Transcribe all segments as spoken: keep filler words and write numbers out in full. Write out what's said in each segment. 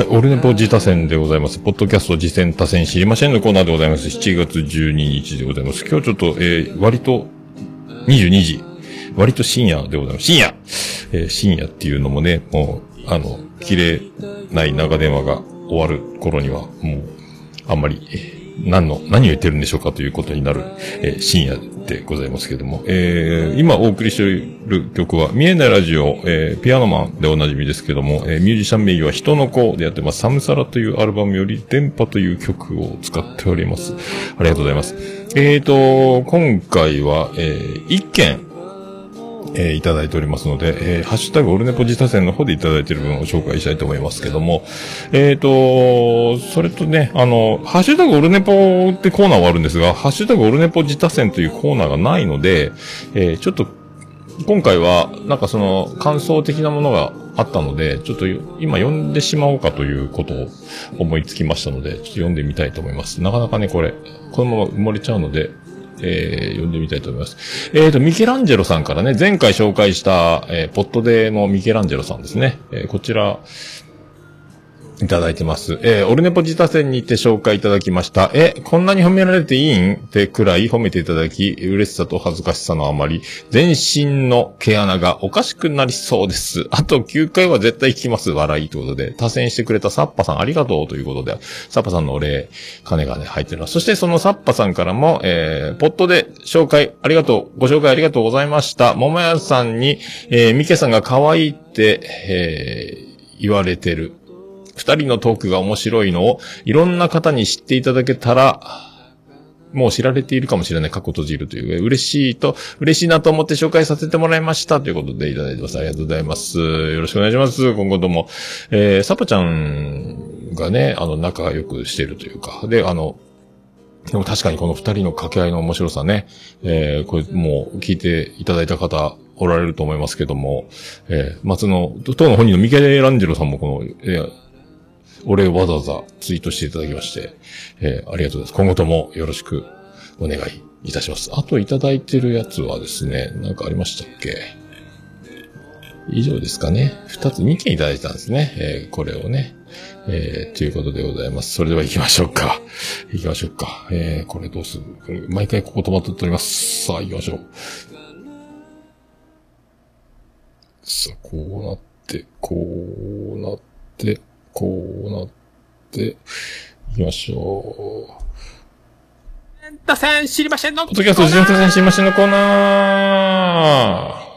オルネポ自他戦でございます。ポッドキャスト自戦他戦知りませんのコーナーでございます。しちがつじゅうににちでございます。今日ちょっと、えー、割とにじゅうにじ、割と深夜でございます。深夜、えー、深夜っていうのもね、もう、あの、綺麗ない長電話が終わる頃には、もう、あんまり、何の、何を言ってるんでしょうかということになる、えー、深夜でございますけれども、えー、今お送りしている曲は、見えないラジオ、えー、ピアノマンでおなじみですけども、えー、ミュージシャン名義は人の子でやってます。サムサラというアルバムより、電波という曲を使っております。ありがとうございます。えーと、今回は、えー、一件、えー、いただいておりますので、えー、ハッシュタグオルネポ自他戦の方でいただいている分を紹介したいと思いますけども、えーと、それとね、あの、ハッシュタグオルネポってコーナーはあるんですが、ハッシュタグオルネポ自他戦というコーナーがないので、えー、ちょっと、今回は、なんかその、感想的なものがあったので、ちょっと今読んでしまおうかということを思いつきましたので、ちょっと読んでみたいと思います。なかなかね、これ、このまま埋もれちゃうので、えー、読んでみたいと思います。えーと、ミケランジェロさんからね、前回紹介した、えー、ポットデーのミケランジェロさんですね。えー、こちら、いただいてます。えー、オルネポ自他戦にて紹介いただきました。え、こんなに褒められていいんってくらい褒めていただき、嬉しさと恥ずかしさのあまり、全身の毛穴がおかしくなりそうです。あときゅうかいは絶対聞きます。笑いということで、他戦してくれたサッパさんありがとうということで、サッパさんのお礼、金がね、入ってます。そしてそのサッパさんからも、えー、ポットで紹介ありがとう、ご紹介ありがとうございました。桃屋さんに、えー、ミケさんが可愛いって、えー、言われてる。二人のトークが面白いのをいろんな方に知っていただけたら、もう知られているかもしれない過去閉じるという、嬉しいと、嬉しいなと思って紹介させてもらいましたということでいただいてます。ありがとうございます。よろしくお願いします。今後とも。えー、サパちゃんがね、あの、仲良くしているというか、で、あの、でも確かにこの二人の掛け合いの面白さね、えー、これもう聞いていただいた方、おられると思いますけども、えー、松野、当の本人のミケランジェロさんもこの、えーお礼をわざわざツイートしていただきまして、えー、ありがとうございます。今後ともよろしくお願いいたします。あといただいてるやつはですね、なんかありましたっけ？以上ですかね。二つ、二件いただいたんですね。えー、これをね。えー、ということでございます。それでは行きましょうか。行きましょうか。えー、これどうする？これ毎回ここ止まっております。さあ行きましょう。さあ、こうなって、こうなって、こうなって、行きましょう。 他戦知りませんのポッドキャスト自他戦知りませんのコーナー。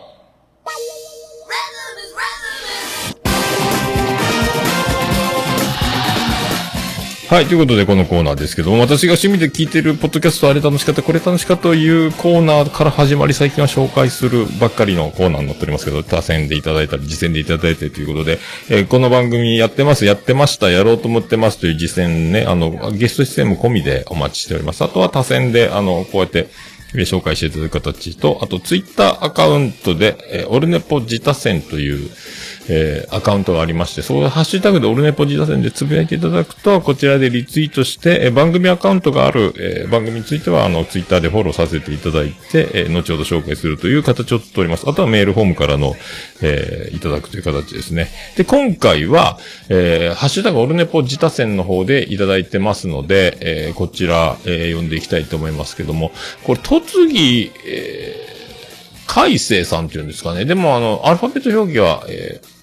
はい、ということでこのコーナーですけども、私が趣味で聞いてるポッドキャストあれ楽しかった、これ楽しかったというコーナーから始まり、最近は紹介するばっかりのコーナーになっておりますけど、他戦でいただいたり、実践でいただいたりということで、えー、この番組やってます、やってました、やろうと思ってますという実践ね、あの、ゲスト出演も込みでお待ちしております。あとは他戦で、あの、こうやって、紹介していただく形と、あとツイッターアカウントで、えー、オルネポ自他戦という、えー、アカウントがありまして、そのハッシュタグでオルネポ自他戦でつぶやいていただくと、こちらでリツイートして、えー、番組アカウントがある、えー、番組については、あの、ツイッターでフォローさせていただいて、えー、後ほど紹介するという形をとっております。あとはメールフォームからの、えー、いただくという形ですね。で、今回は、えー、ハッシュタグオルネポ自他戦の方でいただいてますので、えー、こちら、えー、読んでいきたいと思いますけども、これ、突ぎ、えー、海星さんっていうんですかね。でも、あの、アルファベット表記は、えー、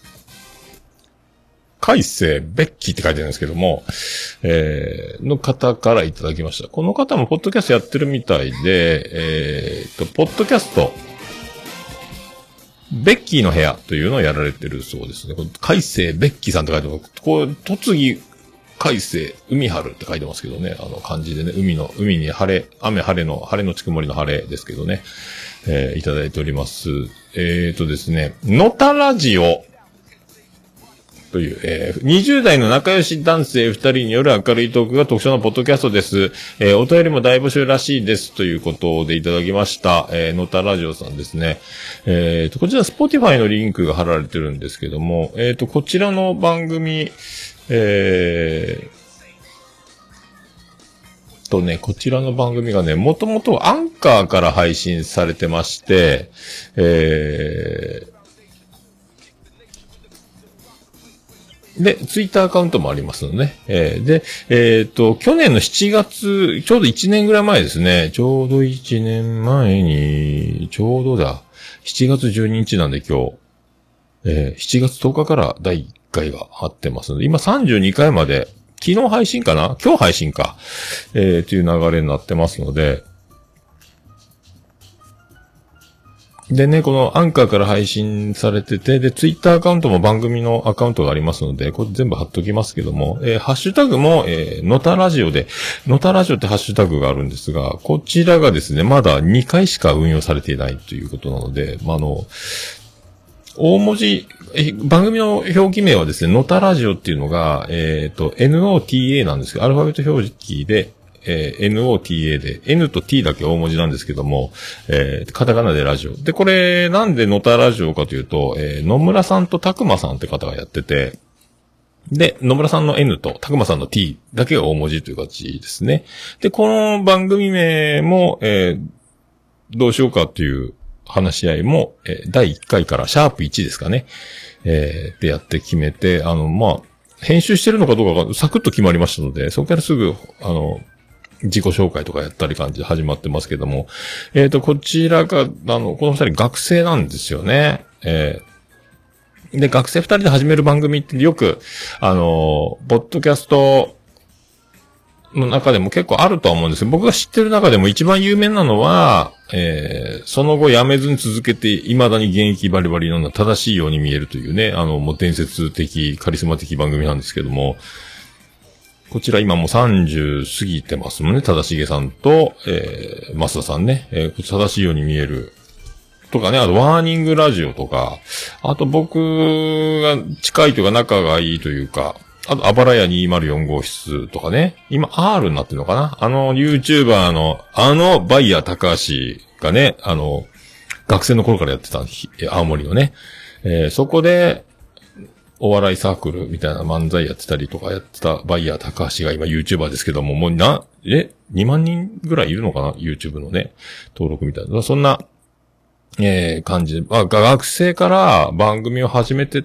海星ベッキーって書いてるんですけども、えー、の方からいただきました。この方もポッドキャストやってるみたいで、えーと、ポッドキャスト、ベッキーの部屋というのをやられてるそうですね。海星ベッキーさんって書いてます。こう、突ぎ海星、海春って書いてますけどね。あの漢字でね、海の、海に晴れ、雨晴れの、晴れのちくもりの晴れですけどね。えー、いただいております。えーとですね、のたラジオという、えー、にじゅう代の仲良し男性ふたりによる明るいトークが特徴のポッドキャストです。えー、お便りも大募集らしいですということでいただきました。えー、のたラジオさんですね。えーと、こちら Spotify のリンクが貼られてるんですけども、えーと、こちらの番組、えー、とね、こちらの番組がね、もともとアンカーから配信されてまして、えー、 で、ツイッターアカウントもありますのでね。えー、で、えっ、ー、と、去年のしちがつ、ちょうどいちねんぐらい前ですね。ちょうどいちねんまえに、ちょうどだ。しちがつじゅうににちなんで今日、えー、しちがつとおかからだいいっかいがあってますので、今さんじゅうにかいまで、昨日配信かな？今日配信か。えー、という流れになってますので、でね、このアンカーから配信されてて、で、ツイッターアカウントも番組のアカウントがありますので、これ全部貼っときますけども、えー、ハッシュタグも、えー、のたラジオで、のたラジオってハッシュタグがあるんですが、こちらがですね、まだにかいしか運用されていないということなので、まあ、あの、大文字、番組の表記名はですね、のたラジオっていうのが、えっと、エヌオーティーエー なんですけど、アルファベット表記で、えー、エヌオーティーエー で、N と T だけ大文字なんですけども、えー、カタカナでラジオ。で、これ、なんでのたラジオかというと、えー、野村さんとたくまさんって方がやってて、で、野村さんの N とたくまさんの T だけが大文字という感じですね。で、この番組名も、えー、どうしようかっていう話し合いも、えー、だいいっかいからシャープいちですかね。えー、でやって決めて、あの、まあ、編集してるのかどうかがサクッと決まりましたので、そこからすぐ、あの、自己紹介とかやったり感じで始まってますけども、えっと、こちらが、あの、この二人学生なんですよね。えー、で、学生二人で始める番組ってよく、あの、ポッドキャストの中でも結構あるとは思うんですけど、僕が知ってる中でも一番有名なのは、えー、その後辞めずに続けて、未だに現役バリバリの正しいように見えるというね、あの、もう伝説的、カリスマ的番組なんですけども、こちら今もうさんじゅう過ぎてますもんね。正しげさんと、えー、増田さんね。えー、正しいように見える。とかね、あとワーニングラジオとか、あと僕が近いというか仲がいいというか、あと、あばらやにひゃくよん号室とかね。今 R になってるのかな？あの YouTuber の、あのバイヤー高橋がね、あの、学生の頃からやってた、青森のね。えー、そこで、お笑いサークルみたいな漫才やってたりとかやってたバイヤー高橋が今 YouTuber ですけども、もうな、え ?にまんにんぐらいいるのかな ?YouTube のね、登録みたいな。そんな、えー、感じで、まあ、学生から番組を始めてって、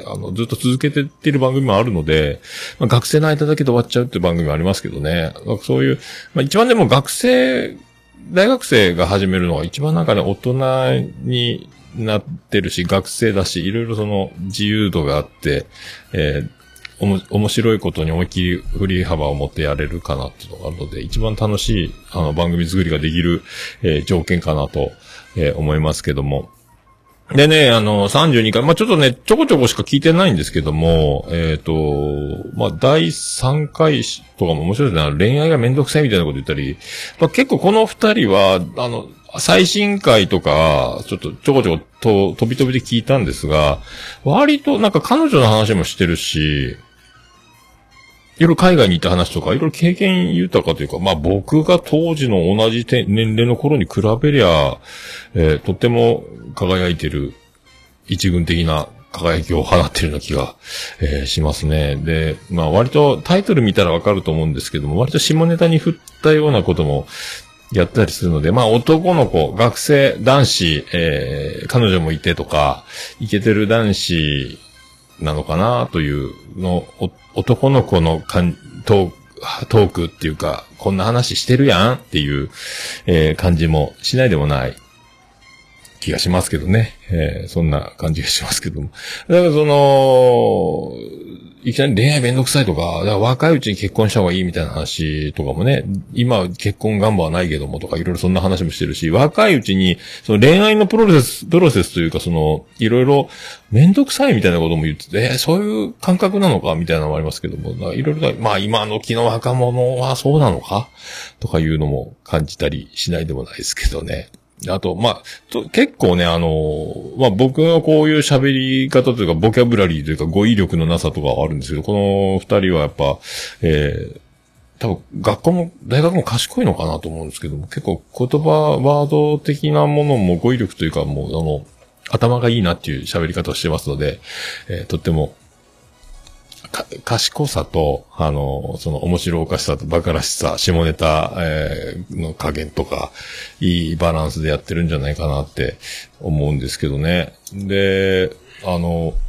あの、ずっと続けてっている番組もあるので、まあ、学生の間だけで終わっちゃうっていう番組もありますけどね。そういう、まあ、一番でも学生、大学生が始めるのが一番なんかね、大人に、なってるし、学生だし、いろいろその自由度があって、えー、おも、面白いことに思いっきり振り幅を持ってやれるかなっていうのがあるので、一番楽しい、あの、番組作りができる、えー、条件かなと、えー、思いますけども。でね、あの、さんじゅうにかい、まあ、ちょっとね、ちょこちょこしか聞いてないんですけども、えっと、まあ、だいさんかいとかも面白いですね。恋愛がめんどくさいみたいなこと言ったり、まあ、結構この二人は、あの、最新回とか、ちょっとちょこちょこと飛び飛びで聞いたんですが、割となんか彼女の話もしてるし、いろいろ海外に行った話とか、いろいろ経験豊かというか、まあ僕が当時の同じ年齢の頃に比べりゃ、えー、とっても輝いてる、一軍的な輝きを放っているような気が、えー、しますね。で、まあ割とタイトル見たらわかると思うんですけども、割と下ネタに振ったようなことも、やったりするので、まあ男の子、学生、男子、えー、彼女もいてとか、イケてる男子なのかなというの、男の子のかんトーク、トークっていうか、こんな話してるやんっていう、えー、感じもしないでもない気がしますけどね。えー、そんな感じがしますけども。だからその、いきなり恋愛めんどくさいとか、だから若いうちに結婚した方がいいみたいな話とかもね、今結婚願望はないけどもとかいろいろそんな話もしてるし、若いうちにその恋愛のプロセス、プロセスというかその、いろいろめんどくさいみたいなことも言ってて、えー、そういう感覚なのかみたいなのもありますけども、いろいろ、まあ今の昨の若者はそうなのかとかいうのも感じたりしないでもないですけどね。あと、まあ、と結構ね、あの、まあ僕のこういう喋り方というか、ボキャブラリーというか、語彙力のなさとかはあるんですけど、この二人はやっぱ、えー、多分、学校も、大学も賢いのかなと思うんですけども、結構言葉、ワード的なものも語彙力というか、もう、あの、頭がいいなっていう喋り方をしてますので、えー、とっても、か、賢さと、あの、その面白おかしさとバカらしさ、下ネタ、えー、の加減とか、いいバランスでやってるんじゃないかなって思うんですけどね。で、あの、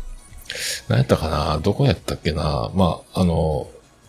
何やったかな、どこやったっけな、まあ、あの、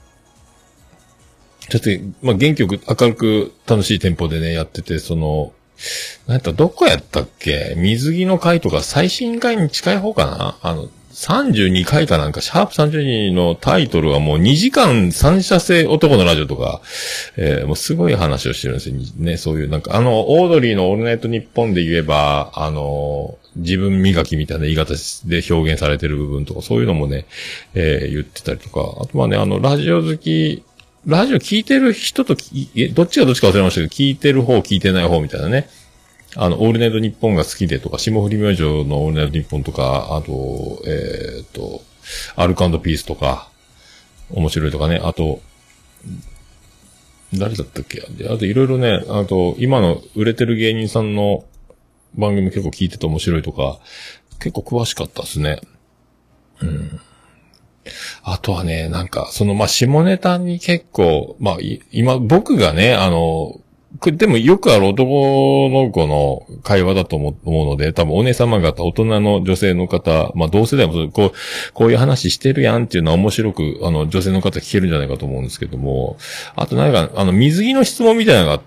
ちょっと、まあ、元気よく明るく楽しいテンポでね、やってて、その、なんやった、どこやったっけ、水着の回とか最新回に近い方かな、あの、さんじゅうにかいかなんか、シャープさんじゅうにのタイトルはもうにじかん三者制男のラジオとか、えー、もうすごい話をしてるんですよね。そういうなんか、あの、オードリーのオールナイトニッポンで言えば、あの、自分磨きみたいな言い方で表現されてる部分とか、そういうのもね、えー、言ってたりとか、あとはね、あの、ラジオ好き、ラジオ聞いてる人と、え、どっちがどっちか忘れましたけど、聞いてる方、聞いてない方みたいなね。あの、オールナイトニッポンが好きでとか、霜降り明星のオールナイトニッポンとか、あと、えっと、アルカンドピースとか、面白いとかね、あと、誰だったっけ、あといろいろね、あと、今の売れてる芸人さんの番組結構聞いてて面白いとか、結構詳しかったですね。うん。あとはね、なんか、その、まあ、下ネタに結構、まあ、今、僕がね、あの、でもよくある男の子の会話だと思うので、多分お姉様方、大人の女性の方、まあ同世代もこう、こういう話してるやんっていうのは面白く、あの女性の方聞けるんじゃないかと思うんですけども、あとなんか、あの水着の質問みたいなのがあって、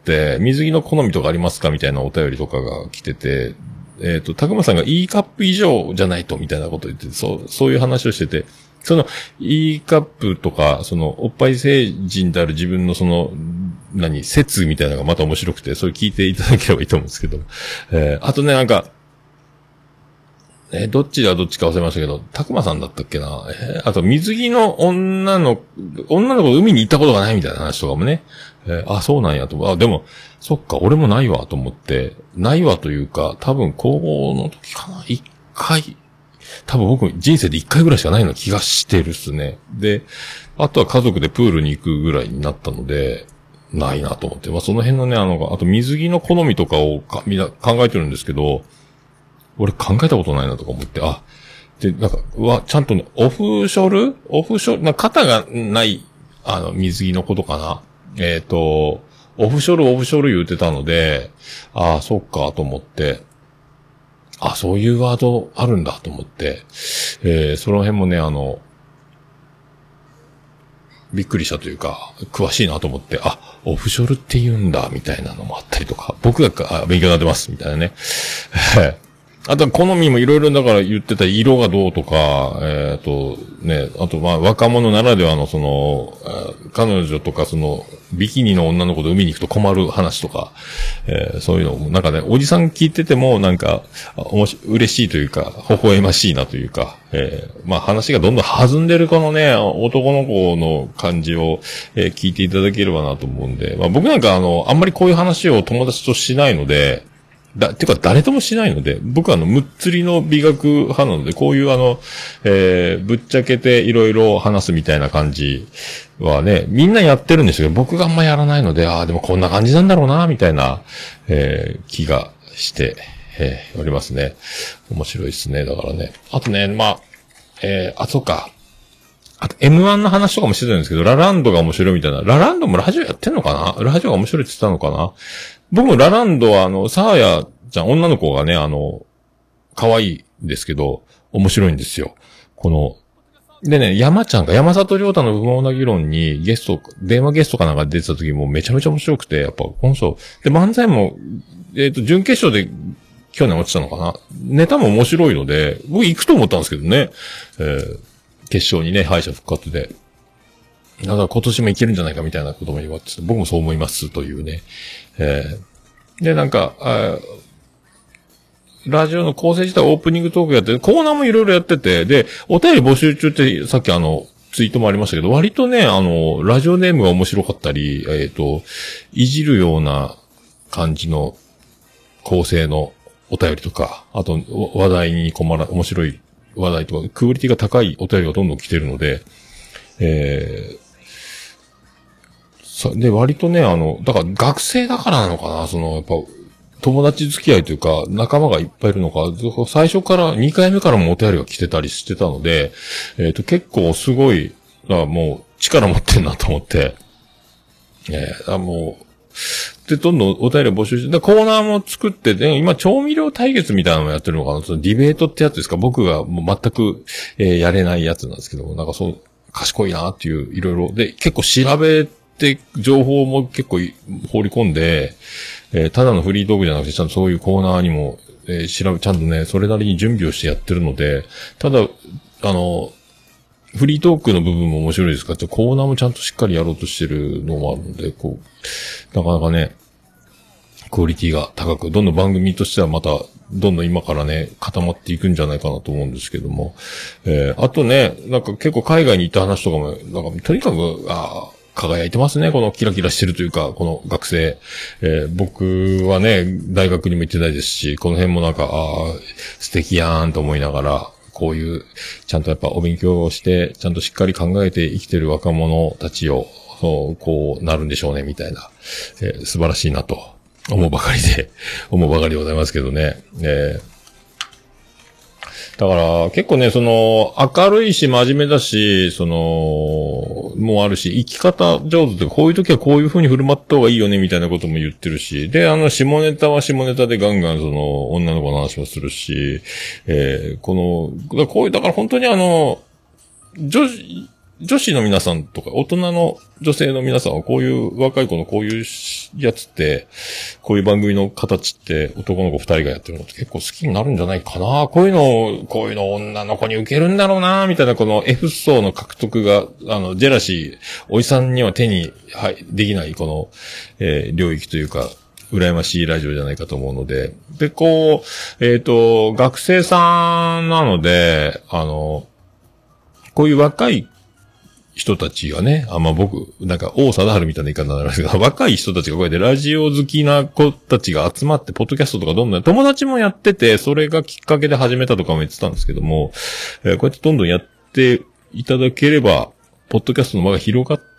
水着の好みとかありますかみたいなお便りとかが来てて、えっと、たくまさんが E カップ以上じゃないとみたいなこと言って、そう、そういう話をしてて、その E カップとか、そのおっぱい成人である自分のその、何、説みたいなのがまた面白くて、それ聞いていただければいいと思うんですけど。えー、あとね、なんか、えー、どっちがどっちか忘れましたけど、たくまさんだったっけな。えー、あと、水着の女の、女の子海に行ったことがないみたいな話とかもね。えー、あ、そうなんやと。あ、でも、そっか、俺もないわと思って、ないわというか、多分高校の時かな、一回、多分僕人生で一回ぐらいしかないような気がしてるっすね。で、あとは家族でプールに行くぐらいになったので、ないなと思って。まあ、その辺のね、あの、あと水着の好みとかをかみんな考えてるんですけど、俺考えたことないなとか思って、あ、で、なんか、うわ、ちゃんとね、オフショルオフショル、な肩がない、あの、水着のことかな。えっと、オフショル、オフショル言ってたので、ああ、そっか、と思って、あ、そういうワードあるんだと思って、えー、その辺もね、あの、びっくりしたというか、詳しいなと思って、あ、オフショルって言うんだ、みたいなのもあったりとか、僕が勉強になってます、みたいなね。あとは好みもいろいろだから言ってた色がどうとか、えっと、ね、あとまあ若者ならではのその、彼女とかその、ビキニの女の子で海に行くと困る話とか、えー、そういうのも、なんかね、おじさん聞いててもなんか、おもし、嬉しいというか、微笑ましいなというか、えー、まあ話がどんどん弾んでるこのね、男の子の感じを、えー、聞いていただければなと思うんで、まあ僕なんかあの、あんまりこういう話を友達としないので、だ、てか誰ともしないので、僕はあの、むっつりの美学派なので、こういうあの、えー、ぶっちゃけていろいろ話すみたいな感じはね、みんなやってるんですけど、僕があんまやらないので、ああ、でもこんな感じなんだろうな、みたいな、えー、気がして、えー、おりますね。面白いですね、だからね。あとね、まあ、えー、あ、そっか。あと エムワン の話とかもしてたんですけど、ラランドが面白いみたいな。ラランドもラジオやってんのかな？ラジオが面白いって言ってたのかな？僕もラランドはあの、サーヤちゃん、女の子がね、あの、可愛いんですけど、面白いんですよ。この、でね、山ちゃんが、山里亮太の不毛な議論にゲスト、電話ゲストかなんか出てた時もめちゃめちゃ面白くて、やっぱ、この人、で、漫才も、えっと、準決勝で去年落ちたのかな？ネタも面白いので、僕行くと思ったんですけどね、えー、決勝にね、敗者復活で。だから今年もいけるんじゃないかみたいなことも言われてて、僕もそう思いますというね。えー、で、なんか、ラジオの構成自体オープニングトークやって、コーナーもいろいろやってて、で、お便り募集中ってさっきあの、ツイートもありましたけど、割とね、あの、ラジオネームが面白かったり、えっと、いじるような感じの構成のお便りとか、あと話題に困ら、面白い話題とか、クオリティが高いお便りがどんどん来てるので、えー、さ、で、割とね、あの、だから学生だからなのかな、その、やっぱ、友達付き合いというか、仲間がいっぱいいるのか、最初から、にかいめからもお便りが来てたりしてたので、えっと、結構すごい、だからもう、力持ってんなと思って、えー、もう、 で、どんどんお便りを募集して、でコーナーも作って、で、今、調味料対決みたいなのもやってるのかな。そのディベートってやつですか。僕がもう全く、えー、やれないやつなんですけども、なんかそう、賢いなっていう、いろいろ。で、結構調べて、情報も結構放り込んで、えー、ただのフリートークじゃなくて、ちゃんとそういうコーナーにも、えー、調べ、ちゃんとね、それなりに準備をしてやってるので、ただ、あの、フリートークの部分も面白いですから、コーナーもちゃんとしっかりやろうとしてるのもあるので、こう、なかなかね、クオリティが高く、どんどん番組としてはまた、どんどん今からね、固まっていくんじゃないかなと思うんですけども。えー、あとね、なんか結構海外に行った話とかも、なんかとにかく、あ輝いてますね、このキラキラしてるというか、この学生。えー、僕はね、大学にも行ってないですし、この辺もなんか、ああ、素敵やーんと思いながら、こういう、ちゃんとやっぱお勉強をして、ちゃんとしっかり考えて生きてる若者たちを、そう、こうなるんでしょうね、みたいな。えー、素晴らしいなと。思うばかりで、思うばかりでございますけどね。えー、だから、結構ね、その、明るいし、真面目だし、その、もうあるし、生き方上手で、こういう時はこういう風に振る舞った方がいいよね、みたいなことも言ってるし、で、あの、下ネタは下ネタでガンガンその、女の子の話もするし、えー、この、こういう、だから本当にあの、女子、女子の皆さんとか、大人の女性の皆さんはこういう若い子のこういうやつって、こういう番組の形って男の子二人がやってるのって結構好きになるんじゃないかな。こういうの、こういうの女の子に受けるんだろうな、みたいなこの F 層の獲得が、あの、ジェラシー、おじさんには手に、はい、できないこの、えー、領域というか、羨ましいラジオじゃないかと思うので。で、こう、えっと、学生さんなので、あの、こういう若い人たちがね、あ、まあ、僕、なんか、王貞治みたいな言い方になりますけど、若い人たちがこうやってラジオ好きな子たちが集まって、ポッドキャストとかどんどん、友達もやってて、それがきっかけで始めたとかも言ってたんですけども、えー、こうやってどんどんやっていただければ、ポッドキャストの輪が広がって、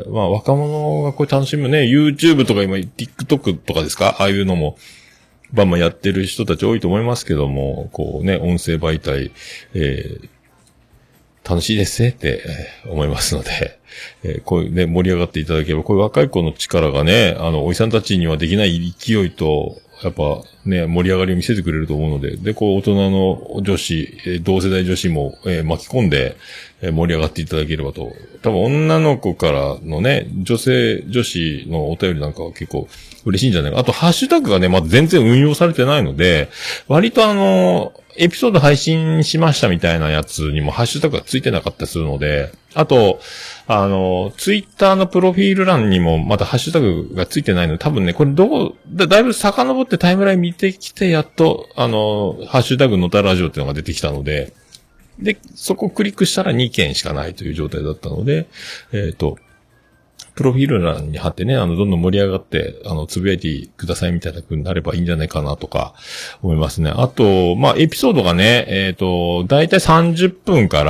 まあ、若者がこれ楽しむね、YouTube とか今、TikTok とかですか？ああいうのも、バンバンやってる人たち多いと思いますけども、こうね、音声媒体、えー楽しいですねって思いますので、えー、こういうね、盛り上がっていただければ、こういう若い子の力がね、あの、おじさんたちにはできない勢いと、やっぱね、盛り上がりを見せてくれると思うので、で、こう、大人の女子、えー、同世代女子も、えー、巻き込んで、えー、盛り上がっていただければと。多分女の子からのね、女性、女子のお便りなんかは結構嬉しいんじゃないか。あと、ハッシュタグがね、まだ全然運用されてないので、割とあの、エピソード配信しましたみたいなやつにもハッシュタグがついてなかったりするので、あと、あの、ツイッターのプロフィール欄にもまだハッシュタグがついてないので、多分ね、これどこ、だ, だいぶ遡ってタイムライン見てきて、やっと、あの、ハッシュタグのたラジオっていうのが出てきたので、で、そこをクリックしたらにけんしかないという状態だったので、えっと、プロフィール欄に貼ってね、あの、どんどん盛り上がって、あの、つぶやいてくださいみたいな風になればいいんじゃないかなとか、思いますね。あと、まあ、エピソードがね、えっと、だいたいさんじゅっぷんから、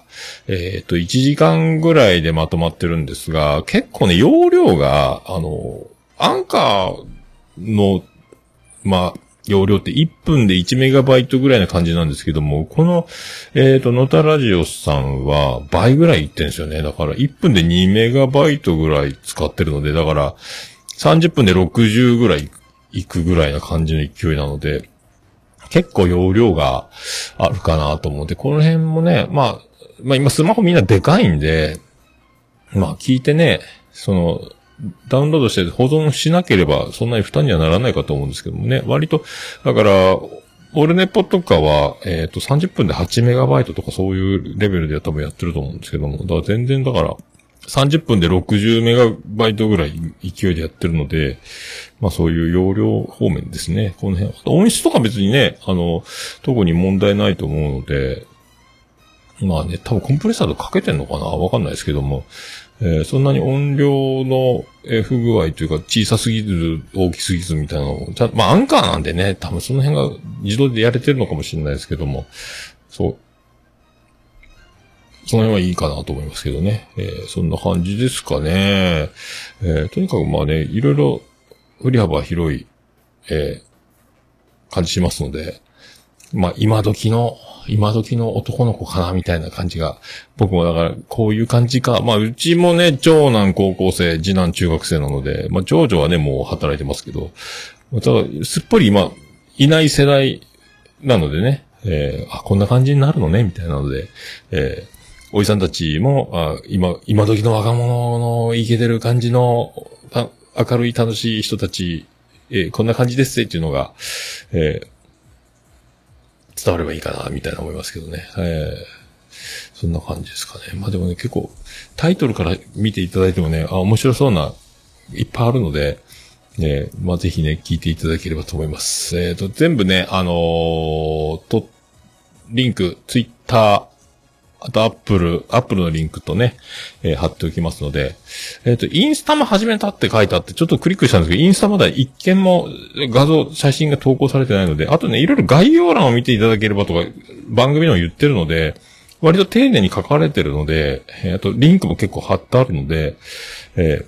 えっと、いちじかんぐらいでまとまってるんですが、結構ね、容量が、あの、アンカーの、まあ、容量っていっぷんでいちメガバイトぐらいな感じなんですけども、この、えっと、ノタラジオさんは倍ぐらいいってんですよね。だからいっぷんでにメガバイトぐらい使ってるので、だからさんじゅっぷんでろくじゅうぐらいいくぐらいな感じの勢いなので、結構容量があるかなと思って、この辺もね、まあ、まあ今スマホみんなでかいんで、まあ聞いてね、その、ダウンロードして保存しなければそんなに負担にはならないかと思うんですけどもね。割と、だから、オルネポとかは、えっと、さんじゅっぷんではちメガバイトとかそういうレベルで多分やってると思うんですけども。だから全然だから、さんじゅっぷんでろくじゅうメガバイトぐらい勢いでやってるので、まあそういう容量方面ですね。この辺。音質とか別にね、あの、特に問題ないと思うので、まあね、多分コンプレッサーとかけてんのかなわかんないですけども。えー、そんなに音量の不具合というか小さすぎず大きすぎずみたいなのを、ちゃんと、まあアンカーなんでね、多分その辺が自動でやれてるのかもしれないですけども、そう。その辺はいいかなと思いますけどね。えー、そんな感じですかね。えー、とにかくまあね、いろいろ振り幅広い、えー、感じしますので、 まあ、今時の、今時の男の子かなみたいな感じが、僕もだから、こういう感じか。まあ、うちもね、長男高校生、次男中学生なので、まあ、長女はね、もう働いてますけど、ただ、すっぽり今、いない世代なのでね、えー、あ、こんな感じになるのね、みたいなので、えー、おじさんたちも、あ、今、今時の若者のイケてる感じの、明るい楽しい人たち、えー、こんな感じですっていうのが、えー、伝わればいいかな、みたいな思いますけどね。えー、そんな感じですかね。まあでもね、結構、タイトルから見ていただいてもね、あ、面白そうな、いっぱいあるので、えー、まあぜひね、聞いていただければと思います。えっと、全部ね、あのー、と、リンク、ツイッター、あとアップル、アップルのリンクとね、えー、貼っておきますので、えっと、インスタも始めたって書いてあって、ちょっとクリックしたんですけど、インスタまだ一件も画像、写真が投稿されてないので、あとね、いろいろ概要欄を見ていただければとか、番組の言ってるので、割と丁寧に書かれてるので、えー、あとリンクも結構貼ってあるので、え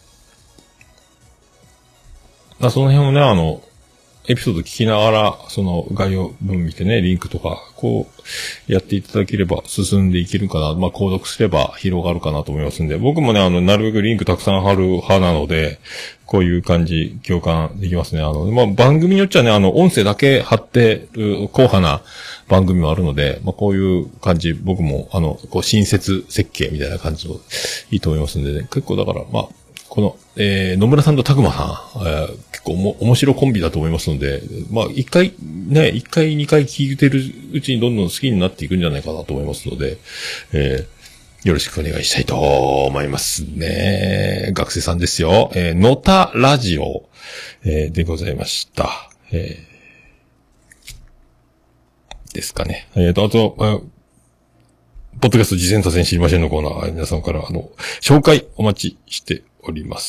ー、まあ、その辺をね、あの、エピソード聞きながら、その概要文見てね、リンクとか、こう、やっていただければ進んでいけるかな。まあ、購読すれば広がるかなと思いますんで、僕もね、あの、なるべくリンクたくさん貼る派なので、こういう感じ、共感できますね。あの、まあ、番組によっちゃね、あの、音声だけ貼ってる、硬派な番組もあるので、まあ、こういう感じ、僕も、あの、こう、親切設計みたいな感じの、いいと思いますんでね。結構だから、まあ、この、えー、野村さんとたくまさん、えー、結構も、面白コンビだと思いますので、まあ、一回、ね、一回、二回聞いてるうちにどんどん好きになっていくんじゃないかなと思いますので、えー、よろしくお願いしたいと思いますね。学生さんですよ。えー、のたラジオ、えー、でございました。えー、ですかね。えーと、あと、あポッドキャスト事前多戦知りませんのコーナー、皆さんから、あの、紹介お待ちしております。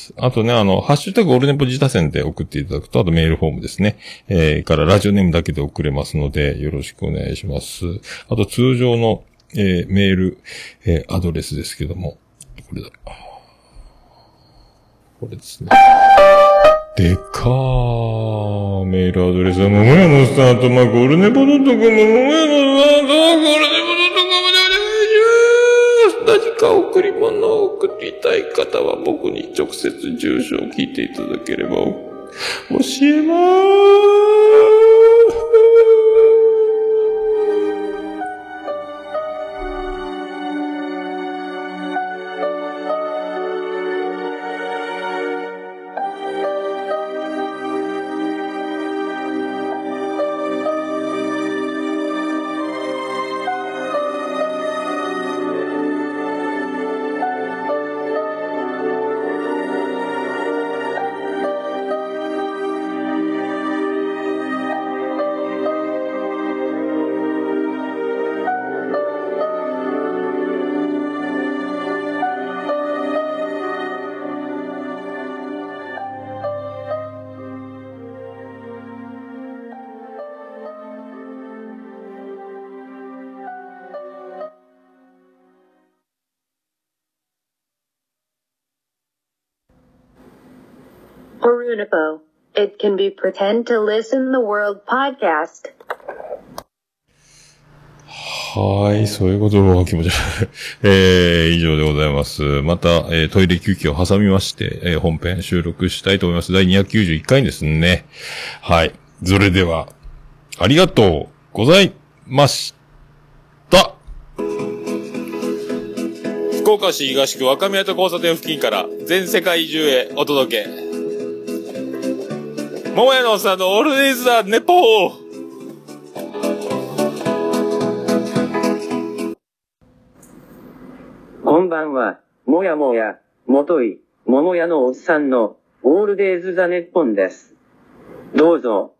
あとね、あの、ハッシュタグオルネポ自他戦で送っていただくと、あとメールフォームですね。えー、からラジオネームだけで送れますので、よろしくお願いします。あと通常の、えー、メール、えー、アドレスですけども、これだ。これですね。でかー。メールアドレスは、ももやのスタートマーク、オルネポドットコム、ももやのスタートマーク、オルネポドットコムでお願いします。何か贈り物を送りたい方は、僕に直接住所を聞いていただければ、教えまーす。 Orunipo. It can be pretend to listen the world podcast. はーい、そういうことを気持ち悪い。えー、以上でございます。また、えー、トイレ休憩を挟みまして、えー、本編収録したいと思います。だいにひゃくきゅうじゅういっかいですね。はい。それでは、ありがとうございました。福岡市東区若宮と交差点付近から全世界中へお届け。桃屋のおっさんのオールデイズ・ザ・ネポー。 こんばんは、もやもや、もとい、桃屋のおっさんのオールデイズ・ザ・ネッポンです。どうぞ。